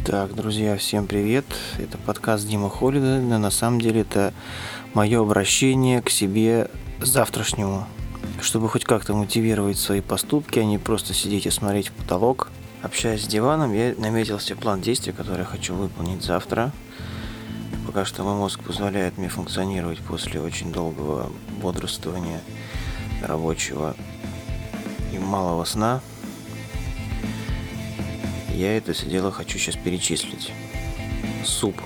Так, друзья, всем привет. Это подкаст Дима Холида, но на самом деле это мое обращение к себе завтрашнему, чтобы хоть как-то мотивировать свои поступки, а не просто сидеть и смотреть в потолок. Общаясь с диваном, я наметил себе план действий, который я хочу выполнить завтра. Пока что мой мозг позволяет мне функционировать после очень долгого бодрствования рабочего и малого сна. Я это все дело хочу сейчас перечислить. Суп.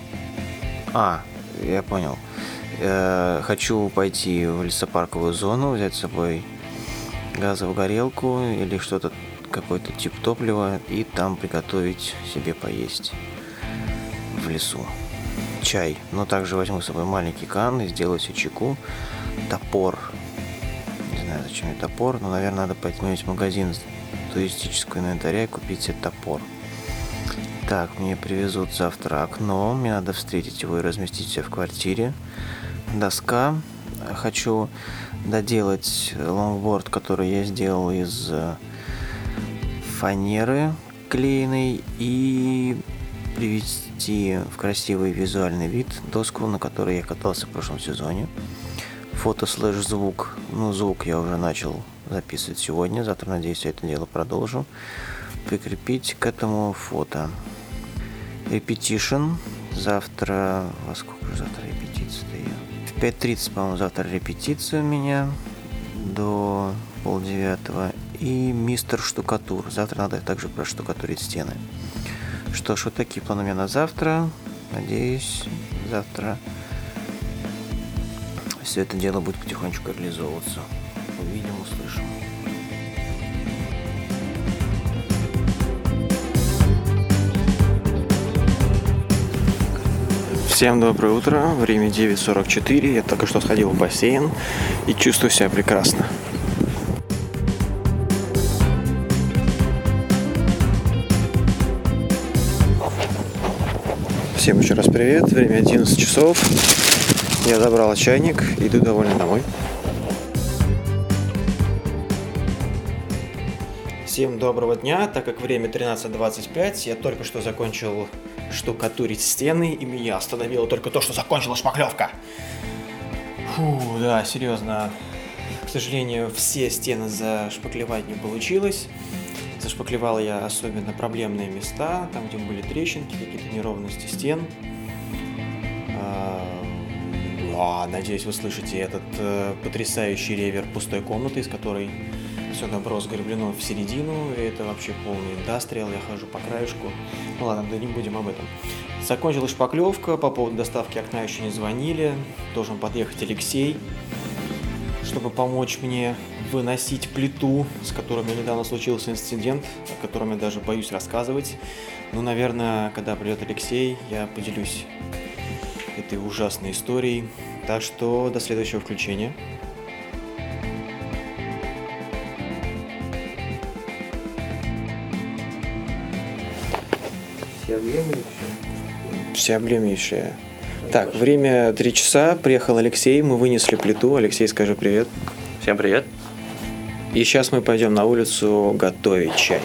Я понял. Хочу пойти в лесопарковую зону, взять с собой газовую горелку или что-то, какой-то тип топлива, и там приготовить себе поесть в лесу. Чай. Но также возьму с собой маленький кан и сделаю себе чайку. Топор. Не знаю, зачем мне топор, но, наверное, надо пойти в магазин туристического инвентаря и купить себе топор. Так, мне привезут завтра окно, мне надо встретить его и разместить себя в квартире. Доска. Хочу доделать лонгборд, который я сделал из фанеры клееной, и привести в красивый визуальный вид доску, на которой я катался в прошлом сезоне. Фото/звук. Звук я уже начал записывать сегодня. Завтра, надеюсь, я это дело продолжу. Прикрепить к этому фото. Репетишн. Завтра... Во сколько же завтра репетиция-то? В 5:30, по-моему, завтра репетиция у меня. До 8:30. И мистер штукатур. Завтра надо также проштукатурить стены. Что ж, вот такие планы у меня на завтра. Надеюсь, завтра все это дело будет потихонечку реализовываться. Увидим, услышим. Всем доброе утро, время 9:44, я только что сходил в бассейн и чувствую себя прекрасно. Всем еще раз привет, время 11 часов, я забрал чайник, иду довольно домой. Всем доброго дня, так как время 13:25, я только что закончил штукатурить стены, и меня остановило только то, что закончилась шпаклевка. Да, серьезно. К сожалению, все стены зашпаклевать не получилось. Зашпаклевал я особенно проблемные места, там, где были трещинки, какие-то неровности стен. Надеюсь, вы слышите этот потрясающий ревер пустой комнаты, из которой все добро сгорблено в середину, и это вообще полный индастриал, я хожу по краешку. Ладно, да не будем об этом. Закончилась шпаклевка, по поводу доставки окна еще не звонили, должен подъехать Алексей, чтобы помочь мне выносить плиту, с которой у меня недавно случился инцидент, о котором я даже боюсь рассказывать. Наверное, когда придет Алексей, я поделюсь этой ужасной историей. Так что до следующего включения. Всеобъемлющая. Так, время 3 часа, приехал Алексей, мы вынесли плиту. Алексей, скажи привет. Всем привет. И сейчас мы пойдем на улицу готовить чай.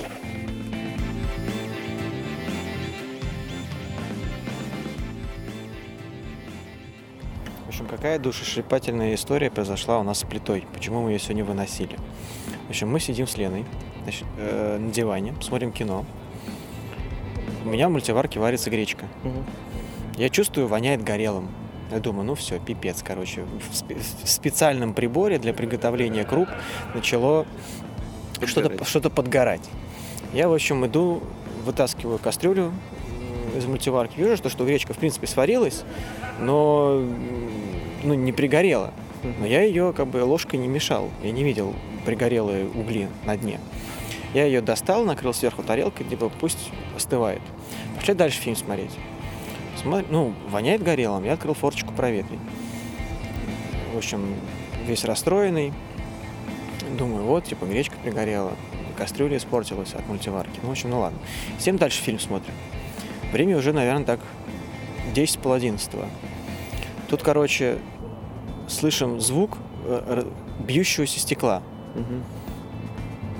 В общем, какая душещипательная история произошла у нас с плитой? Почему мы ее сегодня выносили? В общем, мы сидим с Леной, на диване, смотрим кино. У меня в мультиварке варится гречка. Я чувствую, воняет горелым. Я думаю, все, пипец, короче. В специальном приборе для приготовления круп начало что-то подгорать. Я, в общем, иду, вытаскиваю кастрюлю из мультиварки. Вижу, что гречка, в принципе, сварилась, но не пригорела. Но я ее ложкой не мешал. Я не видел пригорелые угли на дне. Я ее достал, накрыл сверху тарелкой, пусть остывает. Пошли дальше фильм смотреть. Воняет горелым, я открыл форточку проветрить. В общем, весь расстроенный. Думаю, гречка пригорела, кастрюля испортилась от мультиварки. Ладно. Всем дальше фильм смотрим. Время уже, наверное, так 10:30. Тут, слышим звук бьющегося стекла.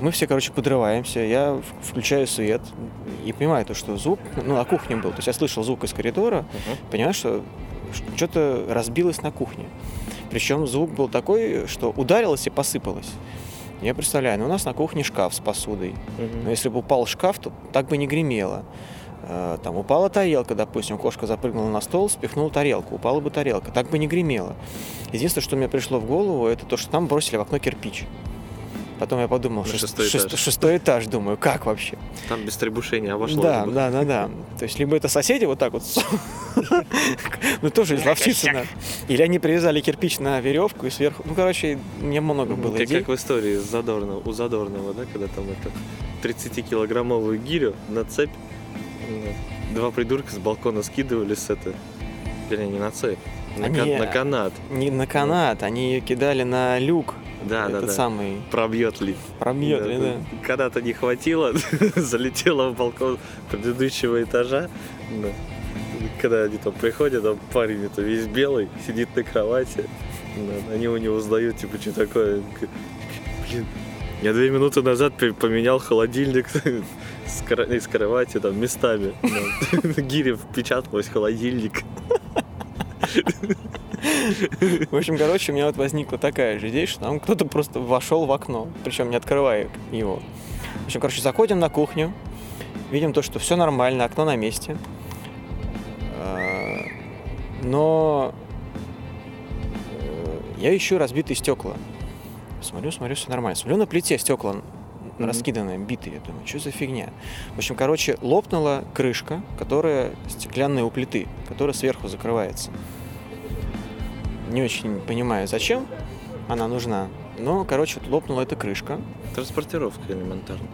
Мы все, короче, подрываемся. Я включаю свет и понимаю, то, что звук, на кухне был. То есть я слышал звук из коридора, понимаю, что что-то разбилось на кухне. Причем звук был такой, что ударилось и посыпалось. Я представляю, у нас на кухне шкаф с посудой. Но если бы упал шкаф, то так бы не гремело. Там упала тарелка, допустим, кошка запрыгнула на стол, спихнула тарелку, упала бы тарелка, так бы не гремело. Единственное, что мне пришло в голову, это то, что там бросили в окно кирпич. Потом я подумал, шестой этаж, думаю, как вообще? Там без требушения обошло. Да. То есть, либо это соседи вот так вот, ну тоже изловчиться надо. Или они привязали кирпич на веревку и сверху, мне много было идей. Как в истории у Задорнова, да, когда там 30-килограммовую гирю на цепь 2 придурка с балкона скидывали не на цепь, на канат. Не на канат, они ее кидали на люк. Да. Самый... Пробьет ли, да. Каната не хватило, залетела в балкон предыдущего этажа. Да. Когда они там приходят, там парень весь белый, сидит на кровати. Да. Они у него узнают, что такое. Блин, я 2 минуты назад поменял холодильник с кровати там местами. Гиря впечаталась в холодильник. В общем, у меня возникла такая же идея, что там кто-то просто вошел в окно, причем не открывая его. В общем, заходим на кухню, видим то, что все нормально, окно на месте. Но я ищу разбитые стекла. Смотрю, все нормально. Смотрю, на плите стекла раскиданные, битые. Я думаю, что за фигня? В общем, лопнула крышка, которая стеклянная у плиты, которая сверху закрывается. Не очень понимаю, зачем она нужна. Но, лопнула эта крышка. Транспортировка элементарно.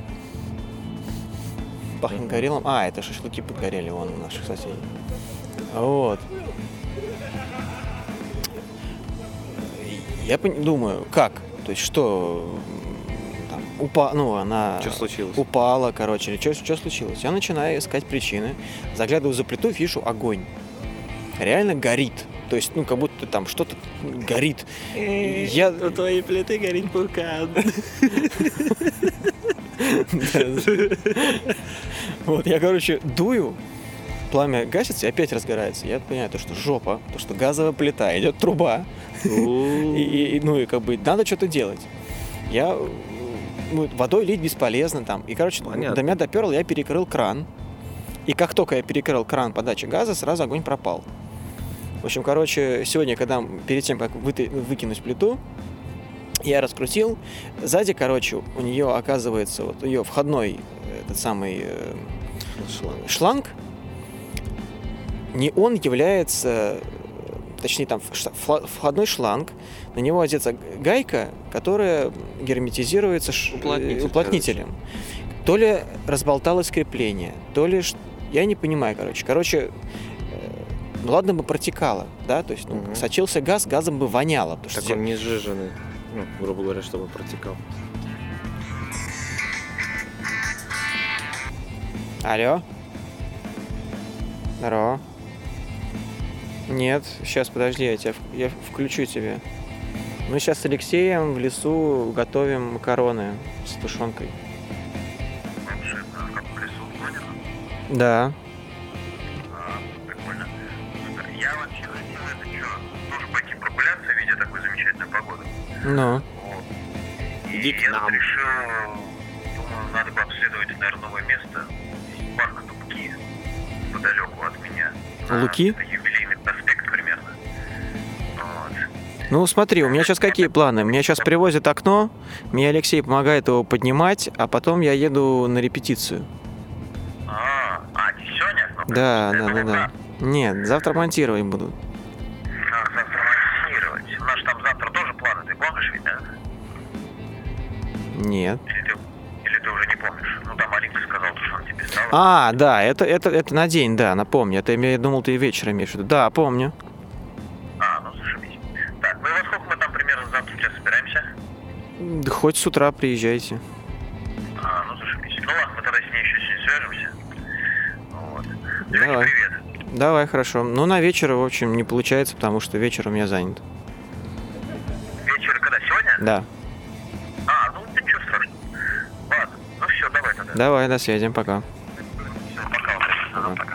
Пахнет горелым. Это шашлыки подгорели вон у наших соседей. Вот. Я думаю, как? То есть, что там, она что случилось? Упала, или что случилось? Я начинаю искать причины. Заглядываю за плиту, вижу огонь. Реально горит. То есть, как будто там что-то горит. У твоей плиты горит вулкан. Вот, я, дую, пламя гасится и опять разгорается. Я понимаю, что жопа, что газовая плита, идет труба. И надо что-то делать. Водой лить бесполезно там. И, до меня доперло, я перекрыл кран. И как только я перекрыл кран подачи газа, сразу огонь пропал. В общем, сегодня, перед тем, как выкинуть плиту, я раскрутил. Сзади, у нее оказывается ее входной этот самый шланг. Не он является, точнее, там входной шланг, на него одета гайка, которая герметизируется уплотнителем. То ли разболталось крепление, то ли... Я не понимаю, ладно бы протекало, да, то есть сочился газ, газом бы воняло. Так он не сжиженный, грубо говоря, чтобы протекал. Алло? Здорово. Нет, сейчас, подожди, я включу тебе. Мы сейчас с Алексеем в лесу готовим макароны с тушенкой. Как в лесу, ходишь? Да. Прикольно. Я вообще хотел тоже пойти прогуляться, видя такую замечательную погоду. Ну. Иди к нам. Я решил, думаю, надо бы обследовать, наверное, новое место. Парк Луки, неподалеку от меня. Луки? Это юбилейный проспект примерно. Ну, смотри, у меня сейчас какие планы? Меня сейчас привозят окно, мне Алексей помогает его поднимать, а потом я еду на репетицию. Не сегодня? Да. Нет, завтра монтировать буду. Завтра монтировать. У нас там завтра тоже планы, ты помнишь ведь, да? Нет. Или ты уже не помнишь? Там Алинка сказал, что он тебе стал. Да, это на день, да, напомню. Я думал, ты вечером имеешь в виду. Да, помню. Зашибись. Так, во сколько мы там примерно завтра сейчас собираемся? Да хоть с утра приезжайте. Зашибись. Ладно, мы тогда с ней еще сегодня свяжемся. Давай. Привет. Давай, хорошо. На вечер, в общем, не получается, потому что вечер у меня занят. Вечер когда? Сегодня? Да. Ничего страшного. Давай, до связи, пока. Все, пока. Пока.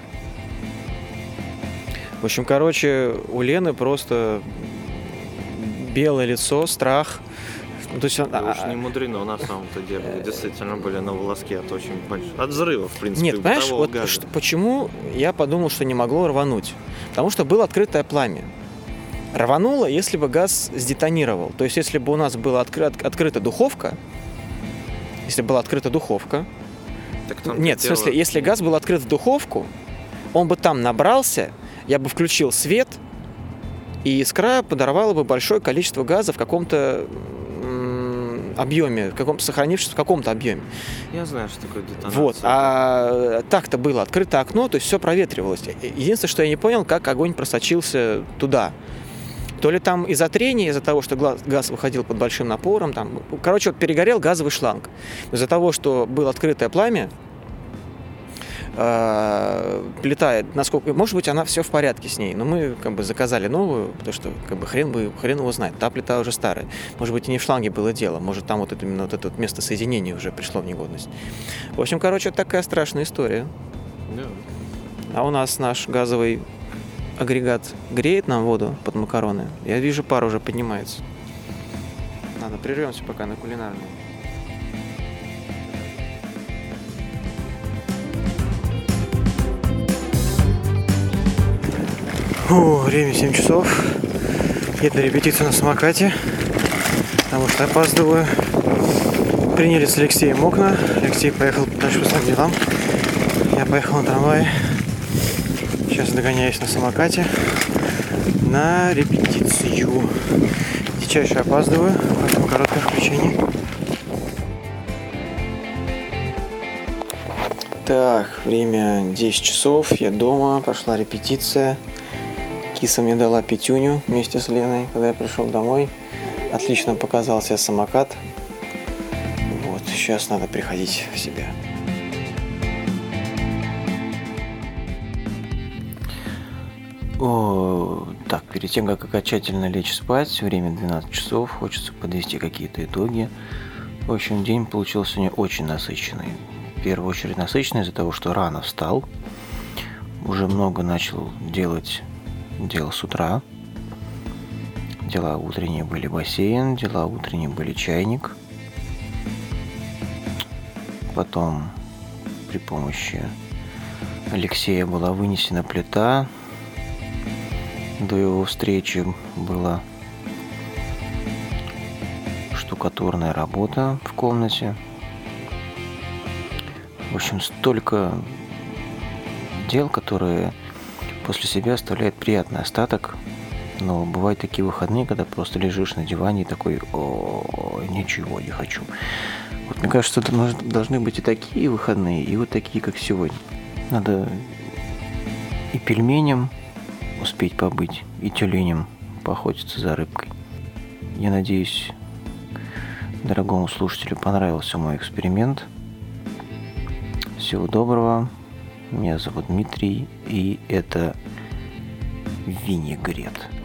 В общем, короче, у Лены просто белое лицо, страх. То есть уж не мудрено на самом-то деле. Мы действительно были на волоске от очень больших... От взрыва, в принципе. Нет, понимаешь, вот почему я подумал, что не могло рвануть? Потому что было открытое пламя. Рвануло, если бы газ сдетонировал. То есть, если бы у нас была открыта духовка, Нет, в смысле, если газ был открыт в духовку, он бы там набрался, я бы включил свет, и искра подорвала бы большое количество газа в каком-то объеме, сохранившись в каком-то объеме. Я знаю, что такое детонация. Вот. А так-то было открыто окно, то есть все проветривалось. Единственное, что я не понял, как огонь просочился туда. То ли там из-за трения, из-за того, что газ выходил под большим напором, там, короче, вот перегорел газовый шланг. Из-за того, что было открытое пламя, плита, насколько, может быть, она все в порядке с ней, но мы как бы заказали новую, потому что как бы хрен его знает, та плита уже старая. Может быть, и не в шланге было дело, может, там вот это место соединения уже пришло в негодность. В общем, короче, такая страшная история. Да. А у нас наш газовый агрегат греет нам воду под макароны. Я вижу, пар уже поднимается. Ладно, прервемся пока на кулинарную. Время 7 часов. Еду на репетицию на самокате, потому что опаздываю. Приняли с Алексеем окна. Алексей поехал дальше по своим делам. Я поехал на трамвае. Сейчас догоняюсь на самокате на репетицию. Дичайше опаздываю, поэтому короткое включение. Так, время 10 часов, я дома, прошла репетиция. Киса мне дала пятюню вместе с Леной, когда я пришел домой. Отлично показался самокат. Вот, сейчас надо приходить в себя. Так, перед тем, как окончательно лечь спать, время 12 часов, хочется подвести какие-то итоги. В общем, день получился сегодня очень насыщенный. В первую очередь насыщенный из-за того, что рано встал. Уже много начал делать дел с утра. Дела утренние были бассейн, дела утренние были чайник. Потом при помощи Алексея была вынесена плита. До его встречи была штукатурная работа в комнате. В общем, столько дел, которые после себя оставляют приятный остаток. Но бывают такие выходные, когда просто лежишь на диване и такой: ничего не хочу. Вот мне кажется, это должны быть и такие выходные, и вот такие, как сегодня. Надо и пельменем успеть побыть, и тюленем поохотиться за рыбкой. Я надеюсь, дорогому слушателю понравился мой эксперимент. Всего доброго. Меня зовут Дмитрий, и это винегрет.